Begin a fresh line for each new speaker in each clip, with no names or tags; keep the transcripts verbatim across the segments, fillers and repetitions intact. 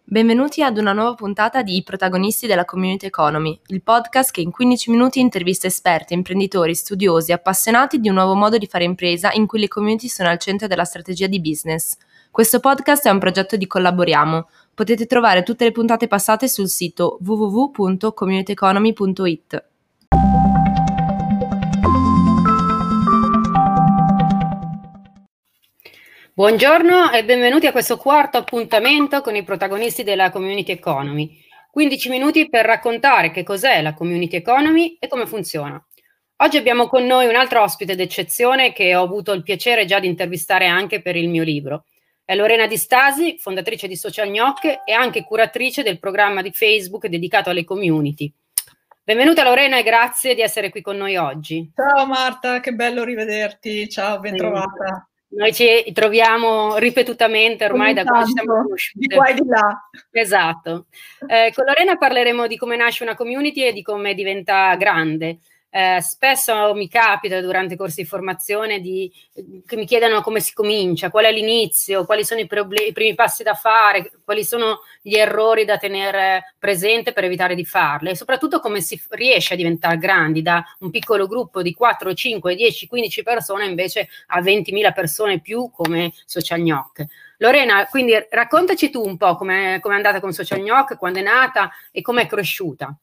Benvenuti ad una nuova puntata di I protagonisti della Community Economy, il podcast che in quindici minuti intervista esperti, imprenditori, studiosi, appassionati di un nuovo modo di fare impresa in cui le community sono al centro della strategia di business. Questo podcast è un progetto di Collaboriamo. Potete trovare tutte le puntate passate sul sito w w w punto community economy punto i t.
Buongiorno e benvenuti a questo quarto appuntamento con i protagonisti della Community Economy. quindici minuti per raccontare che cos'è la Community Economy e come funziona. Oggi abbiamo con noi un altro ospite d'eccezione che ho avuto il piacere già di intervistare anche per il mio libro. È Lorena Di Stasi, fondatrice di Social Gnoc e anche curatrice del programma di Facebook dedicato alle community. Benvenuta Lorena e grazie di essere qui con noi oggi.
Ciao Marta, che bello rivederti, ciao, ben trovata.
Noi ci troviamo ripetutamente ormai da quando ci siamo conosciute.
Di qua e di là.
Esatto. Eh, con Lorena parleremo di come nasce una community e di come diventa grande. Eh, spesso mi capita durante corsi di formazione di, che mi chiedano come si comincia, qual è l'inizio, quali sono i, problemi, i primi passi da fare, quali sono gli errori da tenere presente per evitare di farli e soprattutto come si riesce a diventare grandi da un piccolo gruppo di quattro, cinque, dieci, quindici persone invece a ventimila persone più come Social Gnoc. Lorena, quindi raccontaci tu un po' come è andata con Social Gnoc, quando è nata e come è cresciuta.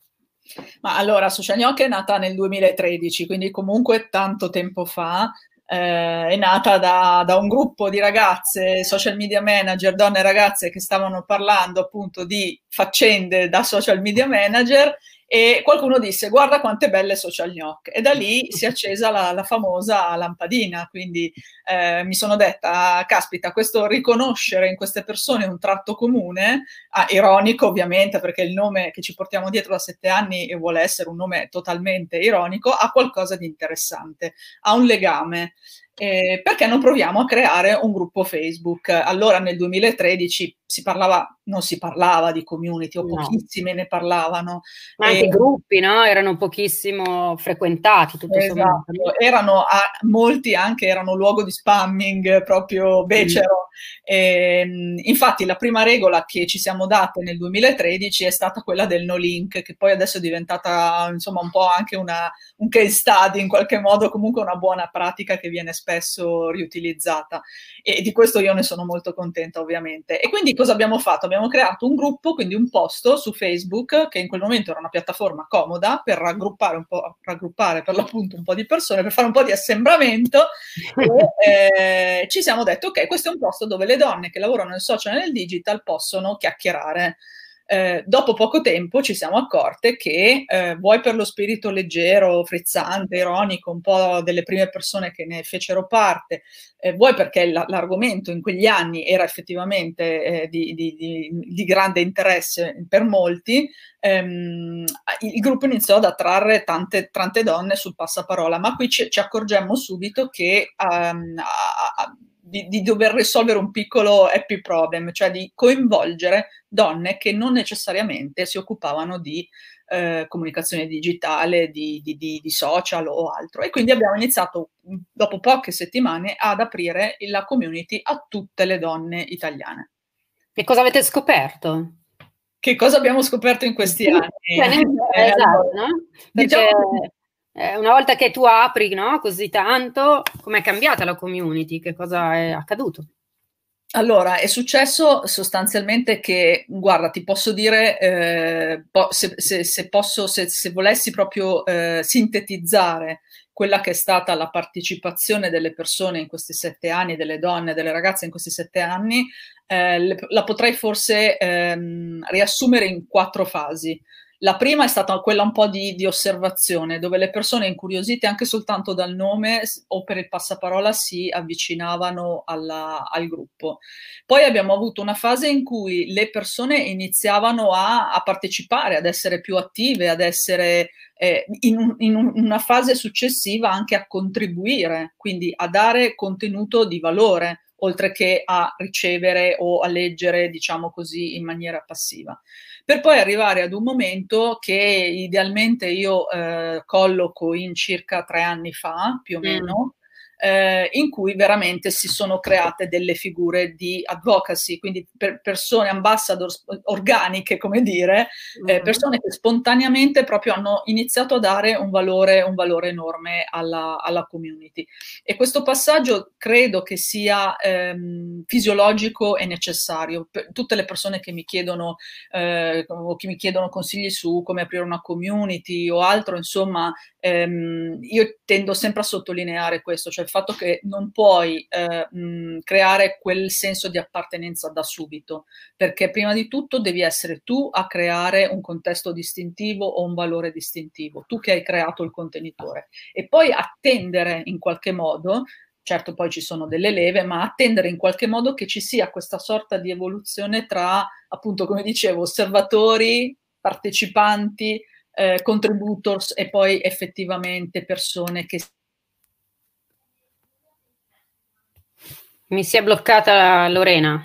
Ma allora, Social Gnoc è nata nel duemilatredici, quindi comunque tanto tempo fa. Eh, è nata da, da un gruppo di ragazze, social media manager, donne e ragazze che stavano parlando appunto di faccende da social media manager e qualcuno disse guarda quante belle Social Gnoc e da lì si è accesa la, la famosa lampadina, quindi eh, mi sono detta caspita, questo riconoscere in queste persone un tratto comune, ah, ironico ovviamente perché il nome che ci portiamo dietro da sette anni vuole essere un nome totalmente ironico, ha qualcosa di interessante, ha un legame. Eh, perché non proviamo a creare un gruppo Facebook? Allora nel duemilatredici si parlava, non si parlava di community o no. Pochissime ne parlavano.
Ma anche i gruppi, no? Erano pochissimo frequentati, tutto
esatto. sommato. Erano a, molti anche erano luogo di spamming proprio becero. Mm. E, infatti la prima regola che ci siamo date nel duemilatredici è stata quella del no link, che poi adesso è diventata insomma un po' anche una, un case study in qualche modo, comunque una buona pratica che viene spesso riutilizzata e di questo io ne sono molto contenta ovviamente. E quindi cosa abbiamo fatto? Abbiamo creato un gruppo, quindi un post su Facebook che in quel momento era una piattaforma comoda per raggruppare un po', raggruppare per l'appunto un po' di persone, per fare un po' di assembramento e eh, ci siamo detto ok, questo è un posto dove le donne che lavorano nel social e nel digital possono chiacchierare. Eh, dopo poco tempo ci siamo accorte che eh, vuoi per lo spirito leggero, frizzante, ironico, un po' delle prime persone che ne fecero parte, eh, vuoi perché la, l'argomento in quegli anni era effettivamente eh, di, di, di, di grande interesse per molti, ehm, il gruppo iniziò ad attrarre tante, tante donne sul passaparola, ma qui ci, ci accorgemmo subito che um, a, a, Di, di dover risolvere un piccolo happy problem, cioè di coinvolgere donne che non necessariamente si occupavano di eh, comunicazione digitale, di, di, di, di social o altro. E quindi abbiamo iniziato, dopo poche settimane, ad aprire la community a tutte le donne italiane.
E cosa avete scoperto?
Che cosa abbiamo scoperto in questi anni?
Eh, esatto, no? Perché diciamo Eh, una volta che tu apri, no, così tanto, com'è cambiata la community? Che cosa è accaduto?
Allora, è successo sostanzialmente che, guarda, ti posso dire, eh, se, se, se, posso, se, se volessi proprio eh, sintetizzare quella che è stata la partecipazione delle persone in questi sette anni, delle donne, delle ragazze in questi sette anni, eh, le, la potrei forse ehm, riassumere in quattro fasi. La prima è stata quella un po' di, di osservazione, dove le persone incuriosite anche soltanto dal nome o per il passaparola si avvicinavano alla, al gruppo. Poi abbiamo avuto una fase in cui le persone iniziavano a, a partecipare, ad essere più attive, ad essere eh, in, un, in un, una fase successiva anche a contribuire, quindi a dare contenuto di valore, oltre che a ricevere o a leggere, diciamo così, in maniera passiva. Per poi arrivare ad un momento che idealmente io eh, colloco in circa tre anni fa, più o meno, eh, in cui veramente si sono create delle figure di advocacy, quindi per persone ambassador organiche, come dire, eh, persone che spontaneamente proprio hanno iniziato a dare un valore, un valore enorme alla, alla community. E questo passaggio credo che sia ehm, fisiologico e necessario per tutte le persone che mi chiedono eh, o che mi chiedono consigli su come aprire una community o altro, insomma, ehm, io tendo sempre a sottolineare questo, cioè il fatto che non puoi eh, mh, creare quel senso di appartenenza da subito, perché prima di tutto devi essere tu a creare un contesto distintivo o un valore distintivo, tu che hai creato il contenitore, e poi attendere in qualche modo. Certo, poi ci sono delle leve, ma attendere in qualche modo che ci sia questa sorta di evoluzione tra, appunto, come dicevo, osservatori, partecipanti, eh, contributors e poi effettivamente persone che...
Mi si è bloccata Lorena.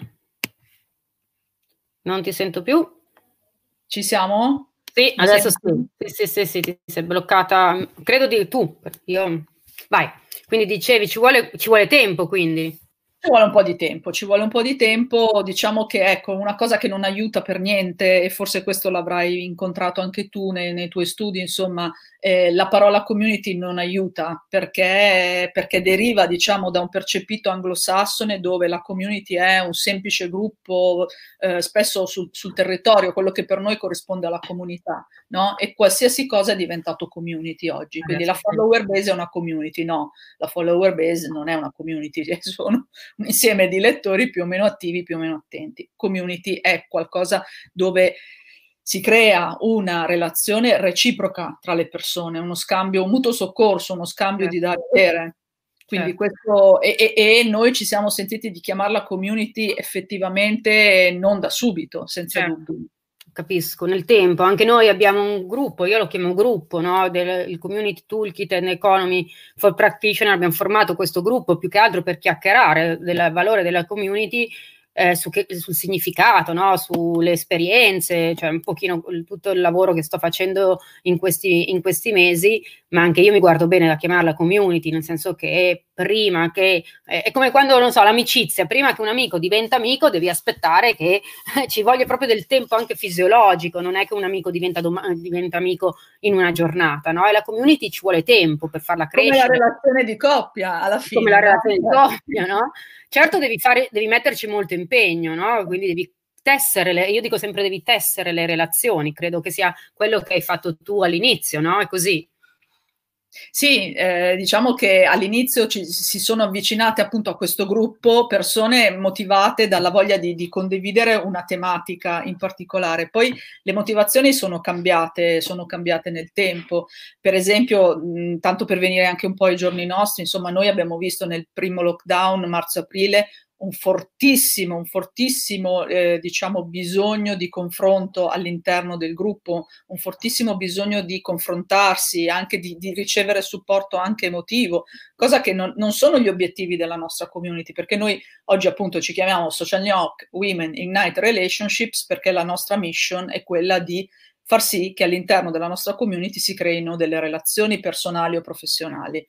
Non ti sento più.
Ci siamo?
Sì, mi adesso sì. Sì, sì, sì, sì, ti sei bloccata. Credo di tu. Io... Vai. Quindi dicevi, ci vuole, ci vuole tempo, quindi.
Ci vuole un po' di tempo, ci vuole un po' di tempo, diciamo che ecco, una cosa che non aiuta per niente, e forse questo l'avrai incontrato anche tu nei, nei tuoi studi, insomma, eh, la parola community non aiuta, perché, perché deriva, diciamo, da un percepito anglosassone dove la community è un semplice gruppo, eh, spesso sul, sul territorio, quello che per noi corrisponde alla comunità, no? E qualsiasi cosa è diventato community oggi, quindi la follower base è una community, no, la follower base non è una community, sono un insieme di lettori più o meno attivi, più o meno attenti. Community è qualcosa dove si crea una relazione reciproca tra le persone, uno scambio, un mutuo soccorso, uno scambio certo. di dare e avere. Quindi certo. questo, e, e, e noi ci siamo sentiti di chiamarla community effettivamente non da subito, senza certo. dubbio.
Capisco, nel tempo, anche noi abbiamo un gruppo, io lo chiamo gruppo, no? Del il Community Toolkit and Economy for Practitioner, abbiamo formato questo gruppo più che altro per chiacchierare del valore della community, eh, su che, sul significato, no? Sulle esperienze, cioè un pochino tutto il lavoro che sto facendo in questi, in questi mesi, ma anche io mi guardo bene da chiamarla community, nel senso che prima che, eh, è come quando, non so, l'amicizia, prima che un amico diventa amico devi aspettare che eh, ci voglia proprio del tempo anche fisiologico, non è che un amico diventa, dom- diventa amico in una giornata, no? E la community ci vuole tempo per farla crescere.
Come la relazione di coppia, alla fine.
Come la relazione no? di coppia, no? Certo devi fare, devi metterci molto impegno, no? Quindi devi tessere, le, io dico sempre devi tessere le relazioni, credo che sia quello che hai fatto tu all'inizio, no? È così.
Sì, eh, diciamo che all'inizio ci, si sono avvicinate appunto a questo gruppo persone motivate dalla voglia di, di condividere una tematica in particolare. Poi le motivazioni sono cambiate, sono cambiate nel tempo. Per esempio, mh, tanto per venire anche un po' ai giorni nostri, insomma, noi abbiamo visto nel primo lockdown, marzo-aprile, un fortissimo, un fortissimo eh, diciamo bisogno di confronto all'interno del gruppo, un fortissimo bisogno di confrontarsi, anche di, di ricevere supporto anche emotivo, cosa che non, non sono gli obiettivi della nostra community, perché noi oggi appunto ci chiamiamo Social Knock Women Ignite Relationships, perché la nostra mission è quella di far sì che all'interno della nostra community si creino delle relazioni personali o professionali.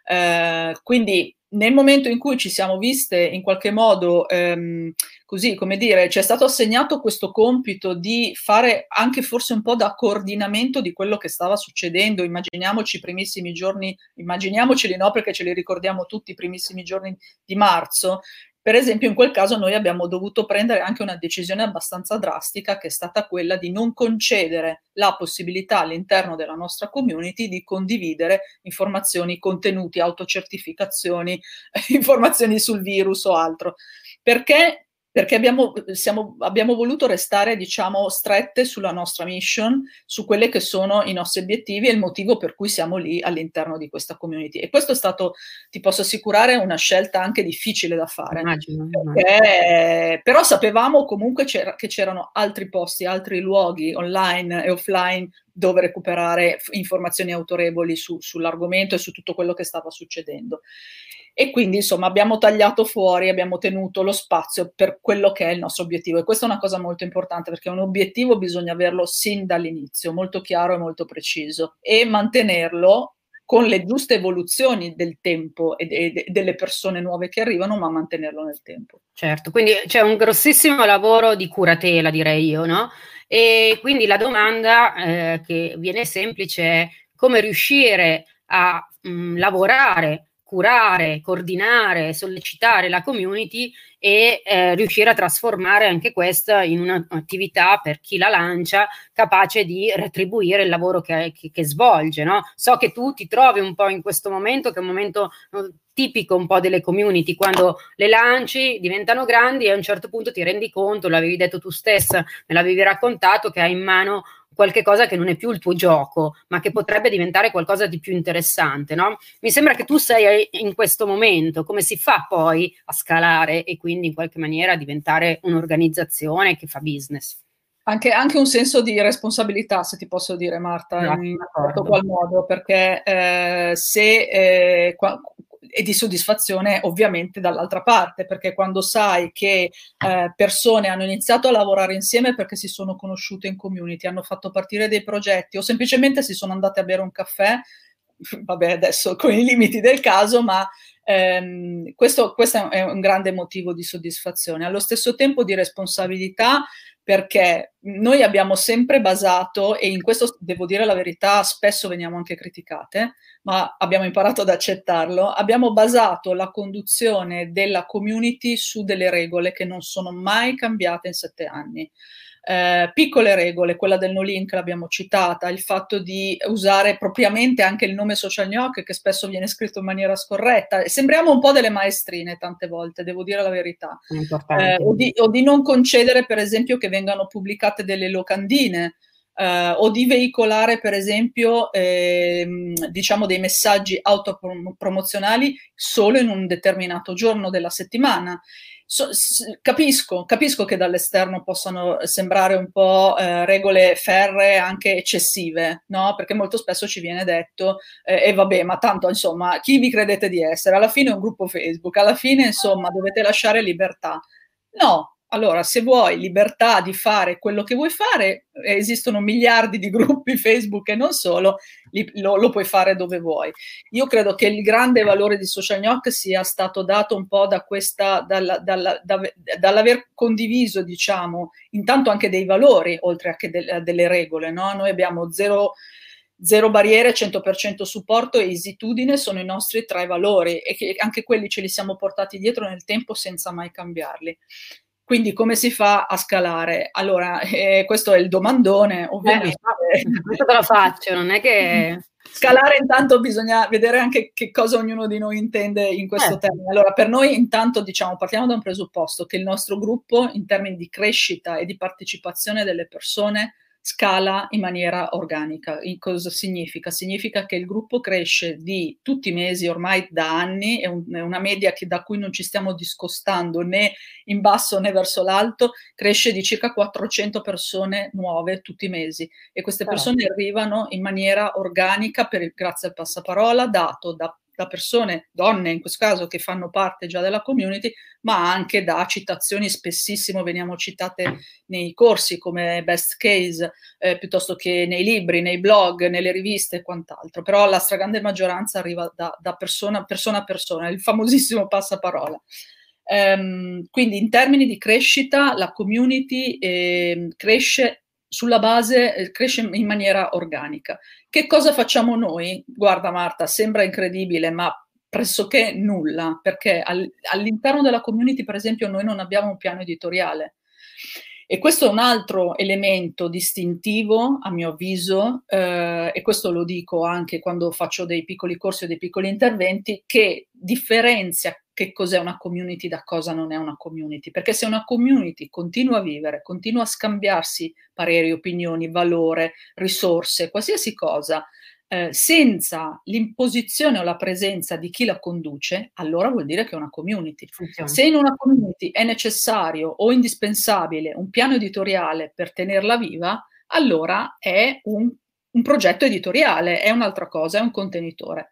Eh, quindi nel momento in cui ci siamo viste in qualche modo ehm, così, come dire, ci è stato assegnato questo compito di fare anche forse un po' da coordinamento di quello che stava succedendo. Immaginiamoci i primissimi giorni, immaginiamoceli no, perché ce li ricordiamo tutti, i primissimi giorni di marzo. Per esempio, in quel caso noi abbiamo dovuto prendere anche una decisione abbastanza drastica, che è stata quella di non concedere la possibilità all'interno della nostra community di condividere informazioni, contenuti, autocertificazioni, informazioni sul virus o altro. Perché? Perché abbiamo, siamo, abbiamo voluto restare, diciamo, strette sulla nostra mission, su quelli che sono i nostri obiettivi e il motivo per cui siamo lì all'interno di questa community. E questo è stato, ti posso assicurare, una scelta anche difficile da fare.
Immagino,
perché, immagino. Però sapevamo comunque c'era, che c'erano altri posti, altri luoghi online e offline dove recuperare informazioni autorevoli su, sull'argomento e su tutto quello che stava succedendo. E quindi insomma abbiamo tagliato fuori, abbiamo tenuto lo spazio per quello che è il nostro obiettivo, e questa è una cosa molto importante, perché un obiettivo bisogna averlo sin dall'inizio, molto chiaro e molto preciso, e mantenerlo con le giuste evoluzioni del tempo e, de, de, delle persone nuove che arrivano, ma mantenerlo nel tempo.
Certo, quindi c'è un grossissimo lavoro di curatela, direi io, no? E quindi la domanda eh, che viene semplice è come riuscire a mh, lavorare, curare, coordinare, sollecitare la community e eh, riuscire a trasformare anche questa in un'attività per chi la lancia capace di retribuire il lavoro che, che, che svolge, no? So che tu ti trovi un po' in questo momento, che è un momento no, tipico un po' delle community, quando le lanci diventano grandi e a un certo punto ti rendi conto, l'avevi detto tu stessa, me l'avevi raccontato, che hai in mano qualche cosa che non è più il tuo gioco, ma che potrebbe diventare qualcosa di più interessante, no? Mi sembra che tu sei in questo momento, come si fa poi a scalare e quindi in qualche maniera diventare un'organizzazione che fa business?
Anche, anche un senso di responsabilità, se ti posso dire, Marta,
No,
in qual modo, perché eh, se eh, qua, e di soddisfazione ovviamente dall'altra parte, perché quando sai che eh, persone hanno iniziato a lavorare insieme perché si sono conosciute in community, hanno fatto partire dei progetti o semplicemente si sono andate a bere un caffè, vabbè adesso con i limiti del caso, ma ehm, questo, questo è un grande motivo di soddisfazione. Allo stesso tempo di responsabilità, perché noi abbiamo sempre basato, e in questo devo dire la verità, spesso veniamo anche criticate, ma abbiamo imparato ad accettarlo, abbiamo basato la conduzione della community su delle regole che non sono mai cambiate in sette anni. Eh, piccole regole, quella del no link l'abbiamo citata, il fatto di usare propriamente anche il nome social gnocchi, che spesso viene scritto in maniera scorretta. Sembriamo un po' delle maestrine tante volte, devo dire la verità. Eh, o, di, o di non concedere, per esempio, che vengano pubblicate delle locandine, eh, o di veicolare, per esempio, eh, diciamo dei messaggi autopromozionali solo in un determinato giorno della settimana. So, capisco, capisco che dall'esterno possano sembrare un po' eh, regole ferree, anche eccessive, no? Perché molto spesso ci viene detto, e eh, vabbè, ma tanto, insomma, chi vi credete di essere? Alla fine è un gruppo Facebook, alla fine, insomma, dovete lasciare libertà. No. Allora, se vuoi libertà di fare quello che vuoi fare, esistono miliardi di gruppi Facebook e non solo, li, lo, lo puoi fare dove vuoi. Io credo che il grande valore di Social Gnocchi sia stato dato un po' da questa, dalla, dalla, da, dall'aver condiviso, diciamo, intanto anche dei valori, oltre che de, delle regole, no? Noi abbiamo zero... Zero barriere, cento per cento supporto e esitudine sono i nostri tre valori e che anche quelli ce li siamo portati dietro nel tempo senza mai cambiarli. Quindi come si fa a scalare? Allora, eh, questo è il domandone, ovviamente.
Eh, questo te lo faccio, non è che...
Scalare intanto bisogna vedere anche che cosa ognuno di noi intende in questo eh. termine. Allora, per noi intanto diciamo, partiamo da un presupposto, che il nostro gruppo in termini di crescita e di partecipazione delle persone scala in maniera organica. In cosa significa? Significa che il gruppo cresce di tutti i mesi, ormai da anni, è, un, è una media che, da cui non ci stiamo discostando né in basso né verso l'alto, cresce di circa quattrocento persone nuove tutti i mesi e queste persone arrivano in maniera organica per, grazie al passaparola dato da da persone, donne in questo caso, che fanno parte già della community, ma anche da citazioni, spessissimo veniamo citate nei corsi come best case, eh, piuttosto che nei libri, nei blog, nelle riviste e quant'altro, però la stragrande maggioranza arriva da, da persona, persona a persona, il famosissimo passaparola. Um, quindi in termini di crescita la community eh, cresce sulla base, eh, cresce in maniera organica. Che cosa facciamo noi? Guarda Marta, sembra incredibile, ma pressoché nulla, perché al, all'interno della community, per esempio, noi non abbiamo un piano editoriale. E questo è un altro elemento distintivo, a mio avviso, eh, e questo lo dico anche quando faccio dei piccoli corsi o dei piccoli interventi, che differenzia che cos'è una community da cosa non è una community. Perché se una community continua a vivere, continua a scambiarsi pareri, opinioni, valore, risorse, qualsiasi cosa, eh, senza l'imposizione o la presenza di chi la conduce, allora vuol dire che è una community. Funziona. Se in una community è necessario o indispensabile un piano editoriale per tenerla viva, allora è un, un progetto editoriale, è un'altra cosa, è un contenitore.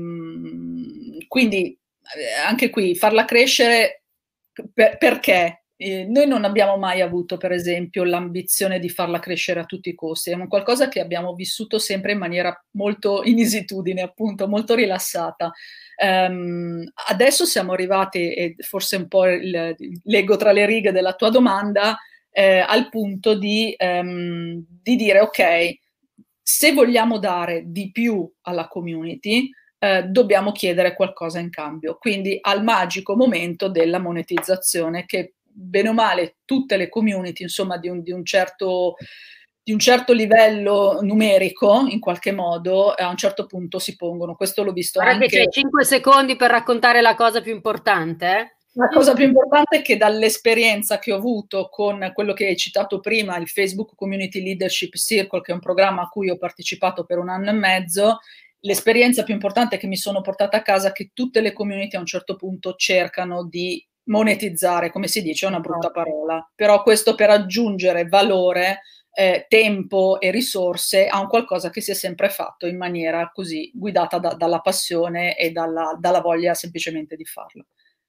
Um, quindi anche qui farla crescere per, perché? Eh, noi non abbiamo mai avuto, per esempio, l'ambizione di farla crescere a tutti i costi, è un qualcosa che abbiamo vissuto sempre in maniera molto in esitudine, appunto, molto rilassata. Um, adesso siamo arrivati, e forse un po' il, leggo tra le righe della tua domanda, eh, al punto di, um, di dire, ok, se vogliamo dare di più alla community, eh, dobbiamo chiedere qualcosa in cambio. Quindi al magico momento della monetizzazione, che bene o male tutte le community, insomma, di un, di un certo di un certo livello numerico, in qualche modo, a un certo punto si pongono. Questo l'ho visto
Guarda
anche...
che c'è cinque secondi per raccontare la cosa più importante, eh?
La cosa più importante è che dall'esperienza che ho avuto con quello che hai citato prima, il Facebook Community Leadership Circle, che è un programma a cui ho partecipato per un anno e mezzo, l'esperienza più importante che mi sono portata a casa è che tutte le community a un certo punto cercano di monetizzare, come si dice, è una brutta parola, però questo per aggiungere valore, eh, tempo e risorse a un qualcosa che si è sempre fatto in maniera così guidata da, dalla passione e dalla, dalla voglia semplicemente di farlo.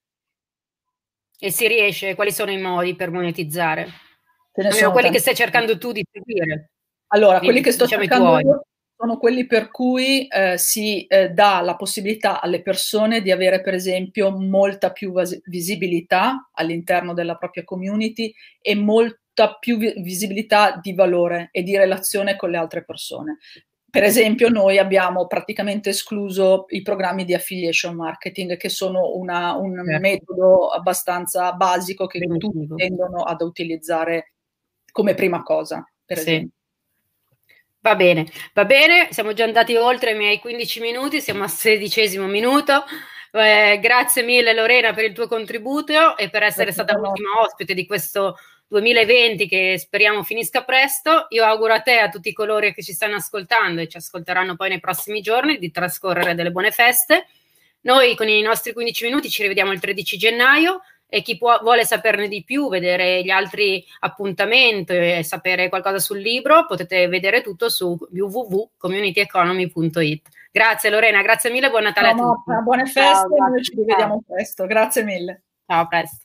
E si riesce? Quali sono i modi per monetizzare?
Ce ne
Almeno
sono
quelli
tanti.
che stai cercando tu di seguire.
Allora,
Di,
quelli che sto
diciamo
cercando io sono quelli per cui eh, si eh, dà la possibilità alle persone di avere, per esempio, molta più visibilità all'interno della propria community e molta più vi visibilità di valore e di relazione con le altre persone. Per esempio, noi abbiamo praticamente escluso i programmi di affiliation marketing, che sono una, un certo. metodo abbastanza basico che Benissimo. tutti tendono ad utilizzare come prima cosa, per
sì.
esempio.
Va bene, va bene, siamo già andati oltre i miei quindici minuti, siamo al sedicesimo minuto. Eh, grazie mille Lorena per il tuo contributo e per essere stata l'ultima ospite di questo duemilaventi che speriamo finisca presto. Io auguro a te e a tutti coloro che ci stanno ascoltando e ci ascolteranno poi nei prossimi giorni di trascorrere delle buone feste. Noi con i nostri quindici minuti ci rivediamo il tredici gennaio e chi può, vuole saperne di più, vedere gli altri appuntamenti e sapere qualcosa sul libro, potete vedere tutto su w w w punto community economy punto it. Grazie Lorena, grazie mille, buon Natale no, a tutti.
No, buone feste, ciao, noi ci rivediamo presto, grazie mille.
Ciao, a presto.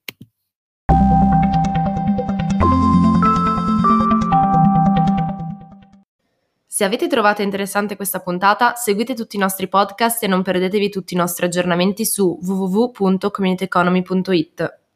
Se avete trovato interessante questa puntata, seguite tutti i nostri podcast e non perdetevi tutti i nostri aggiornamenti su w w w punto community economy punto it.